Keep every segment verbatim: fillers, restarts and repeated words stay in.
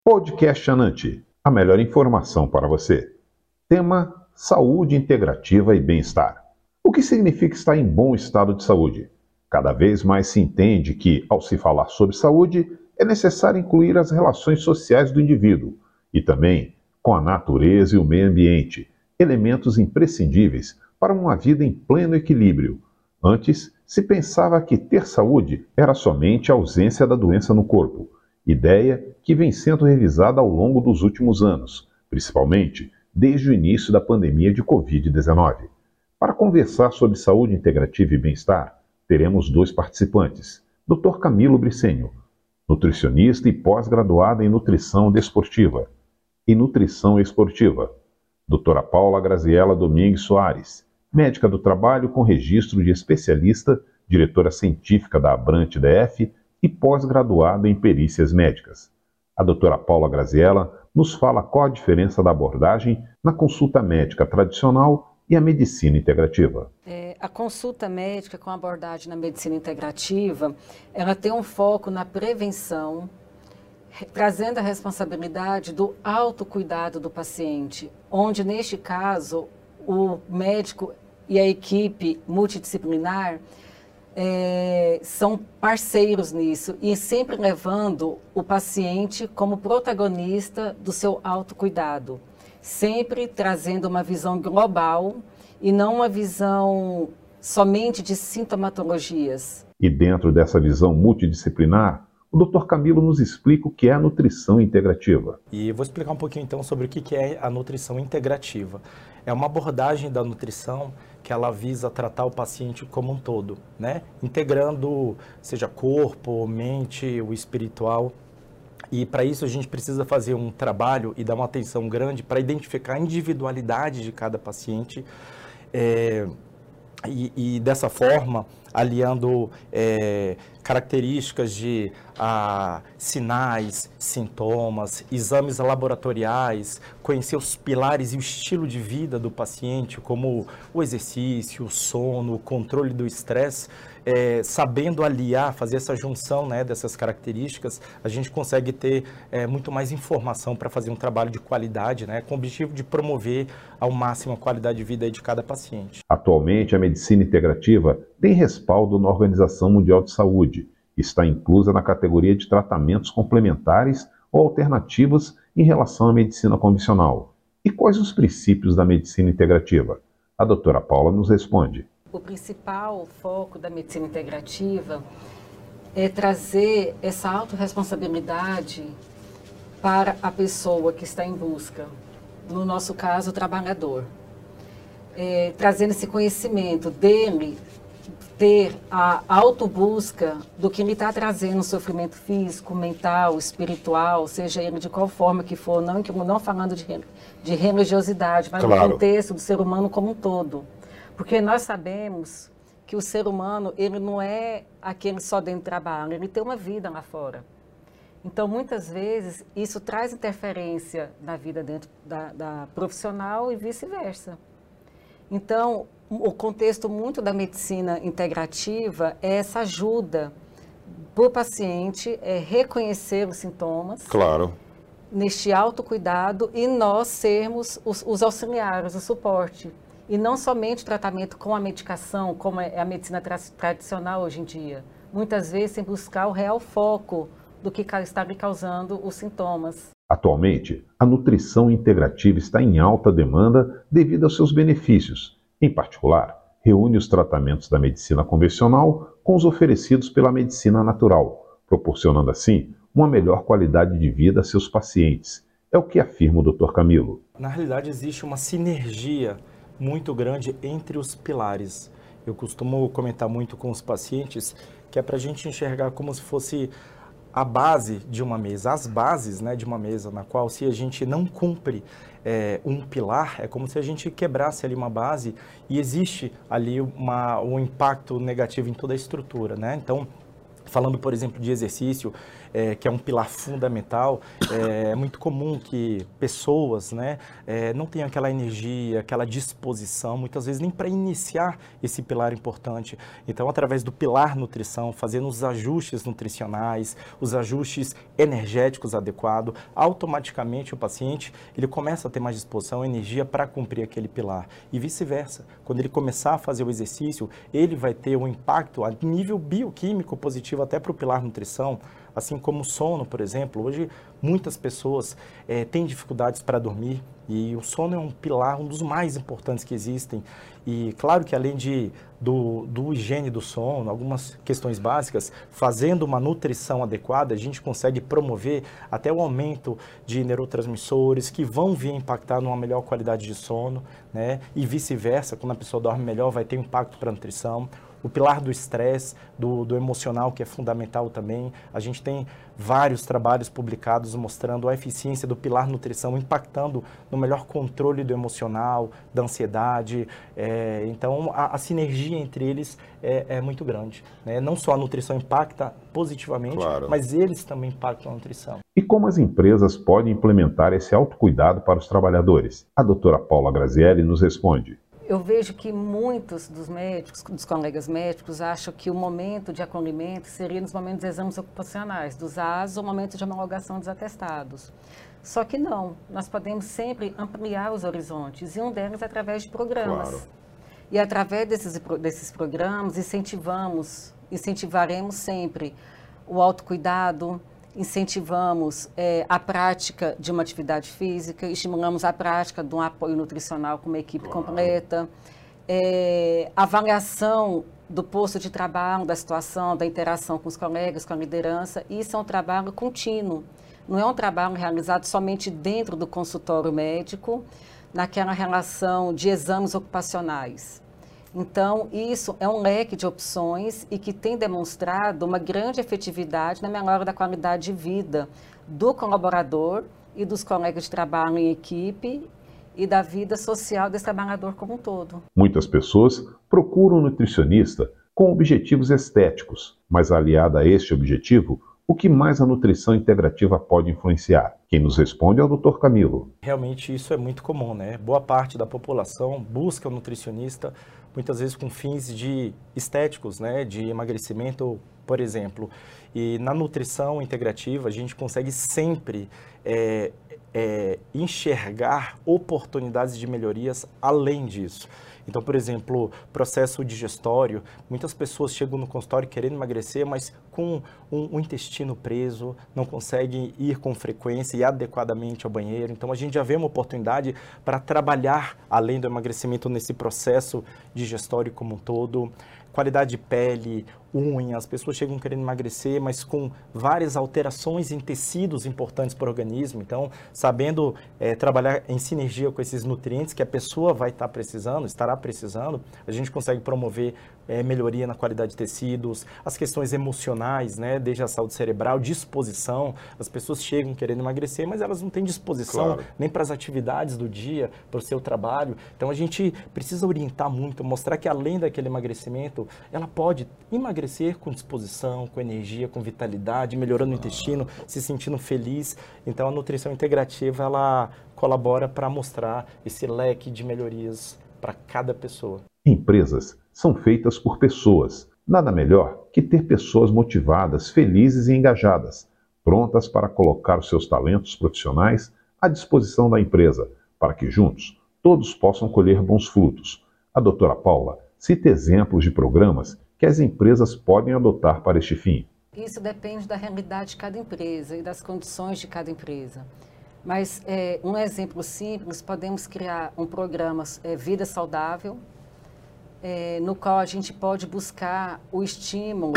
Podcast Anante, a melhor informação para você. Tema: saúde integrativa e bem-estar. O que significa estar em bom estado de saúde? Cada vez mais se entende que, ao se falar sobre saúde, é necessário incluir as relações sociais do indivíduo e também com a natureza e o meio ambiente, elementos imprescindíveis para uma vida em pleno equilíbrio. Antes, se pensava que ter saúde era somente a ausência da doença no corpo, ideia que vem sendo revisada ao longo dos últimos anos, principalmente desde o início da pandemia de covid dezenove. Para conversar sobre saúde integrativa e bem-estar, teremos dois participantes, doutor Camilo Bricenho, nutricionista e pós-graduada em nutrição desportiva e nutrição esportiva, doutora Paula Graziela Domingues Soares, médica do trabalho com registro de especialista, diretora científica da Abrante D F e pós-graduada em perícias médicas. A doutora Paula Graziela nos fala qual a diferença da abordagem na consulta médica tradicional e a medicina integrativa. É, a consulta médica com abordagem na medicina integrativa, ela tem um foco na prevenção, trazendo a responsabilidade do autocuidado do paciente, onde neste caso o médico e a equipe multidisciplinar É, são parceiros nisso e sempre levando o paciente como protagonista do seu autocuidado, sempre trazendo uma visão global e não uma visão somente de sintomatologias. E dentro dessa visão multidisciplinar, o doutor Camilo nos explica o que é a nutrição integrativa. E vou explicar um pouquinho então sobre o que é a nutrição integrativa. É uma abordagem da nutrição que ela visa tratar o paciente como um todo, né? Integrando, seja corpo, mente, o espiritual. E para isso a gente precisa fazer um trabalho e dar uma atenção grande para identificar a individualidade de cada paciente. É, e, e dessa forma, aliando é, características de ah, sinais, sintomas, exames laboratoriais, conhecer os pilares e o estilo de vida do paciente, como o exercício, o sono, o controle do estresse, é, sabendo aliar, fazer essa junção, né, dessas características, a gente consegue ter é, muito mais informação para fazer um trabalho de qualidade, né, com o objetivo de promover ao máximo a qualidade de vida aí de cada paciente. Atualmente, a medicina integrativa tem respaldo na Organização Mundial de Saúde, está inclusa na categoria de tratamentos complementares ou alternativos em relação à medicina convencional. E quais os princípios da medicina integrativa? A doutora Paula nos responde. O principal foco da medicina integrativa é trazer essa autorresponsabilidade para a pessoa que está em busca, no nosso caso, o trabalhador. É, trazendo esse conhecimento dele, ter a autobusca do que ele está trazendo, no sofrimento físico, mental, espiritual, seja ele de qual forma que for, não, não falando de, de religiosidade, mas claro, no contexto do ser humano como um todo. Porque nós sabemos que o ser humano, ele não é aquele só dentro do trabalho, ele tem uma vida lá fora. Então, muitas vezes, isso traz interferência na vida dentro da, da profissional e vice-versa. Então, o contexto muito da medicina integrativa é essa ajuda para o paciente é reconhecer os sintomas. Claro. Neste autocuidado e nós sermos os, os auxiliares, o suporte. E não somente o tratamento com a medicação, como é a medicina tra tradicional hoje em dia. Muitas vezes sem buscar o real foco do que está lhe causando os sintomas. Atualmente, a nutrição integrativa está em alta demanda devido aos seus benefícios. Em particular, reúne os tratamentos da medicina convencional com os oferecidos pela medicina natural, proporcionando assim uma melhor qualidade de vida a seus pacientes. É o que afirma o doutor Camilo. Na realidade, existe uma sinergia muito grande entre os pilares. Eu costumo comentar muito com os pacientes que é para a gente enxergar como se fosse a base de uma mesa, as bases, né, de uma mesa, na qual se a gente não cumpre é, um pilar, é como se a gente quebrasse ali uma base e existe ali uma, um impacto negativo em toda a estrutura, né? Então, falando, por exemplo, de exercício, é, que é um pilar fundamental, é, é muito comum que pessoas, né, é, não tenham aquela energia, aquela disposição, muitas vezes nem para iniciar esse pilar importante. Então, através do pilar nutrição, fazendo os ajustes nutricionais, os ajustes energéticos adequados, automaticamente o paciente ele começa a ter mais disposição, energia para cumprir aquele pilar. E vice-versa. Quando ele começar a fazer o exercício, ele vai ter um impacto a nível bioquímico positivo até para o pilar nutrição, assim como o sono, por exemplo. Hoje, muitas pessoas é, têm dificuldades para dormir e o sono é um pilar, um dos mais importantes que existem. E claro que além de, do, do higiene do sono, algumas questões básicas, fazendo uma nutrição adequada, a gente consegue promover até o aumento de neurotransmissores que vão vir impactar numa melhor qualidade de sono, né? E vice-versa, quando a pessoa dorme melhor, vai ter um impacto para a nutrição. O pilar do estresse, do, do emocional, que é fundamental também. A gente tem vários trabalhos publicados mostrando a eficiência do pilar nutrição, impactando no melhor controle do emocional, da ansiedade. É, então, a, a sinergia entre eles é, é muito grande, né? Não só a nutrição impacta positivamente, claro, mas eles também impactam a nutrição. E como as empresas podem implementar esse autocuidado para os trabalhadores? A doutora Paula Grazielli nos responde. Eu vejo que muitos dos médicos, dos colegas médicos, acham que o momento de acolhimento seria nos momentos de exames ocupacionais, dos A S ou momentos de homologação dos atestados. Só que não, nós podemos sempre ampliar os horizontes, e um deles é através de programas. Claro. E através desses, desses programas, incentivamos, incentivaremos sempre o autocuidado, incentivamos é, a prática de uma atividade física, estimulamos a prática de um apoio nutricional com uma equipe claro. completa, é, avaliação do posto de trabalho, da situação, da interação com os colegas, com a liderança. Isso é um trabalho contínuo, não é um trabalho realizado somente dentro do consultório médico, naquela relação de exames ocupacionais. Então, isso é um leque de opções e que tem demonstrado uma grande efetividade na melhora da qualidade de vida do colaborador e dos colegas de trabalho em equipe e da vida social desse trabalhador como um todo. Muitas pessoas procuram um nutricionista com objetivos estéticos, mas aliada a este objetivo, o que mais a nutrição integrativa pode influenciar? Quem nos responde é o doutor Camilo. Realmente isso é muito comum, né? Boa parte da população busca um nutricionista, muitas vezes com fins de estéticos, né? De emagrecimento, por exemplo. E na nutrição integrativa a gente consegue sempre é, é, enxergar oportunidades de melhorias além disso. Então, por exemplo, processo digestório, muitas pessoas chegam no consultório querendo emagrecer, mas com um, um intestino preso, não conseguem ir com frequência e adequadamente ao banheiro. Então, a gente já vê uma oportunidade para trabalhar além do emagrecimento nesse processo digestório como um todo. Qualidade de pele, unha, as pessoas chegam querendo emagrecer, mas com várias alterações em tecidos importantes para o organismo. Então, sabendo é, trabalhar em sinergia com esses nutrientes que a pessoa vai estar precisando, estará precisando, a gente consegue promover é, melhoria na qualidade de tecidos, as questões emocionais, né, desde a saúde cerebral, disposição. As pessoas chegam querendo emagrecer, mas elas não têm disposição claro. nem para as atividades do dia, para o seu trabalho. Então, a gente precisa orientar muito, mostrar que além daquele emagrecimento, ela pode emagrecer com disposição, com energia, com vitalidade, melhorando o intestino, se sentindo feliz. Então, a nutrição integrativa, ela colabora para mostrar esse leque de melhorias para cada pessoa. Empresas são feitas por pessoas. Nada melhor que ter pessoas motivadas, felizes e engajadas, prontas para colocar os seus talentos profissionais à disposição da empresa, para que juntos todos possam colher bons frutos. A doutora Paula cita exemplos de programas que as empresas podem adotar para este fim. Isso depende da realidade de cada empresa e das condições de cada empresa. Mas é, um exemplo simples, podemos criar um programa é, Vida Saudável, é, no qual a gente pode buscar o estímulo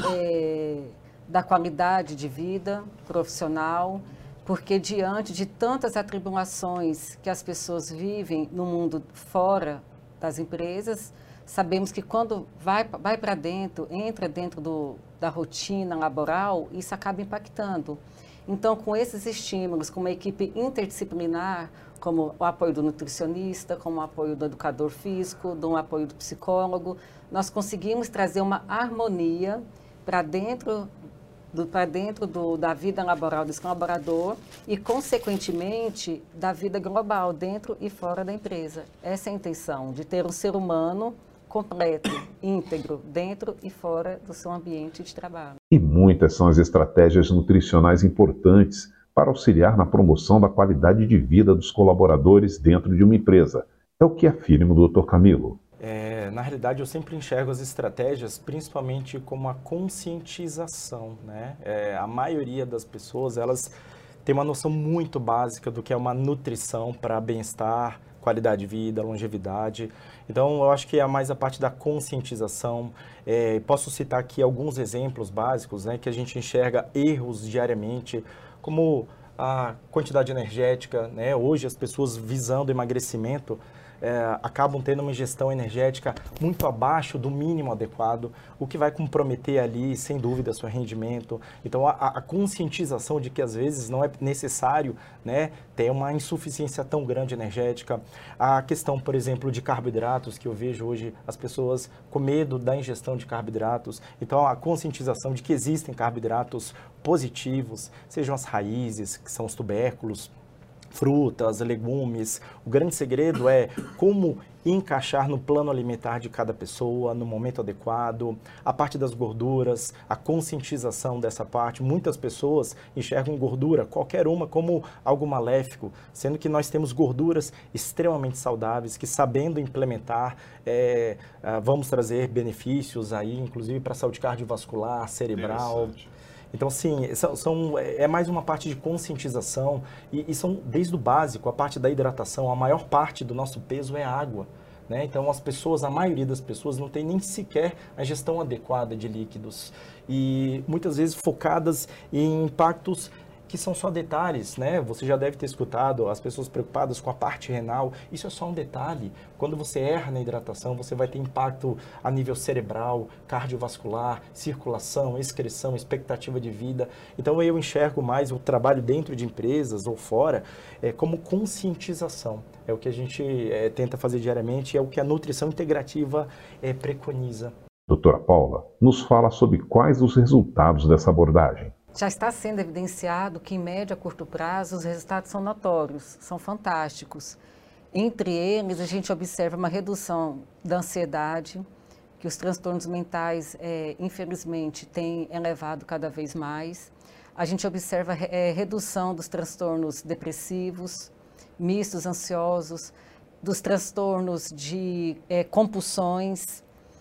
é, da qualidade de vida profissional, porque diante de tantas atribulações que as pessoas vivem no mundo fora das empresas, sabemos que quando vai, vai para dentro, entra dentro do, da rotina laboral, isso acaba impactando. Então, com esses estímulos, com uma equipe interdisciplinar, como o apoio do nutricionista, como o apoio do educador físico, do apoio do psicólogo, nós conseguimos trazer uma harmonia para dentro para dentro do, da vida laboral desse colaborador e, consequentemente, da vida global, dentro e fora da empresa. Essa é a intenção, de ter um ser humano completo, íntegro, dentro e fora do seu ambiente de trabalho. E muitas são as estratégias nutricionais importantes para auxiliar na promoção da qualidade de vida dos colaboradores dentro de uma empresa. É o que afirma o doutor Camilo. É, na realidade, eu sempre enxergo as estratégias principalmente como a conscientização, né? É, a maioria das pessoas, elas têm uma noção muito básica do que é uma nutrição para bem-estar, qualidade de vida, longevidade. Então, eu acho que é mais a parte da conscientização. É, posso citar aqui alguns exemplos básicos, né, que a gente enxerga erros diariamente, como a quantidade energética, né? Hoje as pessoas visando emagrecimento é, acabam tendo uma ingestão energética muito abaixo do mínimo adequado, o que vai comprometer ali, sem dúvida, seu rendimento. Então, a, a conscientização de que às vezes não é necessário, né, ter uma insuficiência tão grande energética. A questão, por exemplo, de carboidratos, que eu vejo hoje as pessoas com medo da ingestão de carboidratos. Então, a conscientização de que existem carboidratos positivos, sejam as raízes, que são os tubérculos, frutas, legumes. O grande segredo é como encaixar no plano alimentar de cada pessoa, no momento adequado, a parte das gorduras, a conscientização dessa parte. Muitas pessoas enxergam gordura, qualquer uma, como algo maléfico, sendo que nós temos gorduras extremamente saudáveis, que sabendo implementar, é, vamos trazer benefícios aí, inclusive para a saúde cardiovascular, cerebral. Então, sim, são, são, é mais uma parte de conscientização e, e são desde o básico, a parte da hidratação, a maior parte do nosso peso é água, né? Então, as pessoas, a maioria das pessoas não tem nem sequer a gestão adequada de líquidos e muitas vezes focadas em impactos que são só detalhes, né? Você já deve ter escutado as pessoas preocupadas com a parte renal. Isso é só um detalhe. Quando você erra na hidratação, você vai ter impacto a nível cerebral, cardiovascular, circulação, excreção, expectativa de vida. Então, eu enxergo mais o trabalho dentro de empresas ou fora é, como conscientização. É o que a gente é, tenta fazer diariamente e é o que a nutrição integrativa é, preconiza. Doutora Paula, nos fala sobre quais os resultados dessa abordagem. Já está sendo evidenciado que, em médio a curto prazo, os resultados são notórios, são fantásticos. Entre eles, a gente observa uma redução da ansiedade, que os transtornos mentais, é, infelizmente, têm elevado cada vez mais. A gente observa é, redução dos transtornos depressivos, mistos, ansiosos, dos transtornos de é, compulsões,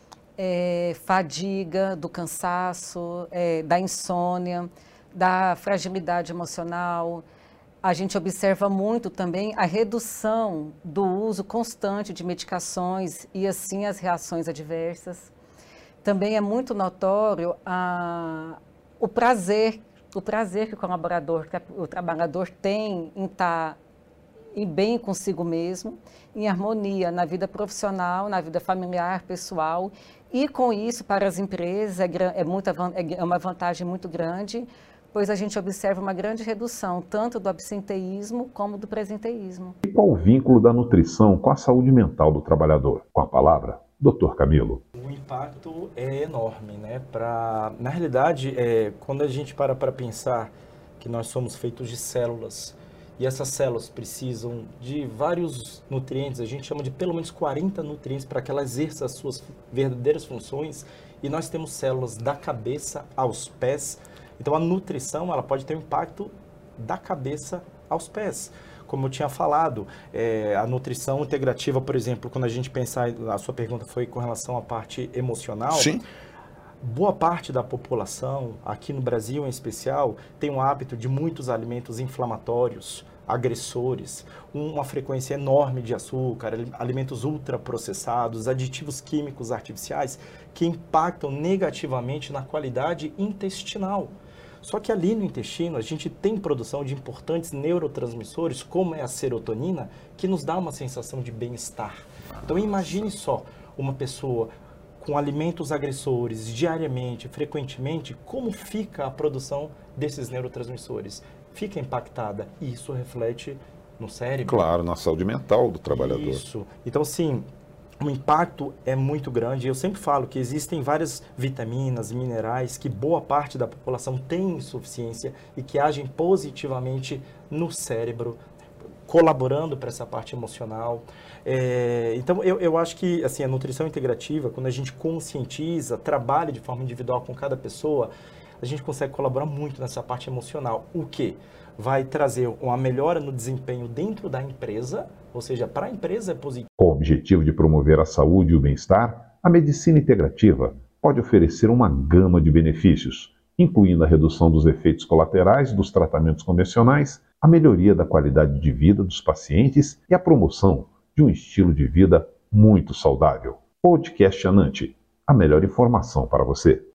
É, fadiga, do cansaço, é, da insônia, da fragilidade emocional. A gente observa muito também a redução do uso constante de medicações e assim as reações adversas. Também é muito notório a, o prazer, o prazer que o colaborador, que o trabalhador tem em estar e bem consigo mesmo, em harmonia na vida profissional, na vida familiar, pessoal. E com isso, para as empresas, é, é, muita, é uma vantagem muito grande, pois a gente observa uma grande redução, tanto do absenteísmo como do presenteísmo. E qual o vínculo da nutrição com a saúde mental do trabalhador? Com a palavra, doutor Camilo. O impacto é enorme, né? Pra, na realidade, é, quando a gente para para pensar que nós somos feitos de células, e essas células precisam de vários nutrientes, a gente chama de pelo menos quarenta nutrientes para que elas exerçam as suas verdadeiras funções, e nós temos células da cabeça aos pés. Então a nutrição ela pode ter um impacto da cabeça aos pés. Como eu tinha falado, é, a nutrição integrativa, por exemplo, quando a gente pensar, a sua pergunta foi com relação à parte emocional. Sim. Boa parte da população, aqui no Brasil em especial, tem um hábito de muitos alimentos inflamatórios, agressores, uma frequência enorme de açúcar, alimentos ultraprocessados, aditivos químicos artificiais que impactam negativamente na qualidade intestinal. Só que ali no intestino a gente tem produção de importantes neurotransmissores, como é a serotonina, que nos dá uma sensação de bem-estar. Então imagine só uma pessoa com alimentos agressores diariamente, frequentemente, como fica a produção desses neurotransmissores? Fica impactada e isso reflete no cérebro. Claro, na saúde mental do trabalhador. Isso. Então, sim, o impacto é muito grande. Eu sempre falo que existem várias vitaminas, minerais, que boa parte da população tem insuficiência e que agem positivamente no cérebro, colaborando para essa parte emocional. É, então, eu, eu acho que assim, a nutrição integrativa, quando a gente conscientiza, trabalha de forma individual com cada pessoa, a gente consegue colaborar muito nessa parte emocional. O que vai trazer uma melhora no desempenho dentro da empresa, ou seja, para a empresa é positivo. Com o objetivo de promover a saúde e o bem-estar, a medicina integrativa pode oferecer uma gama de benefícios, incluindo a redução dos efeitos colaterais dos tratamentos convencionais, a melhoria da qualidade de vida dos pacientes e a promoção de um estilo de vida muito saudável. Podcast Anante, a melhor informação para você.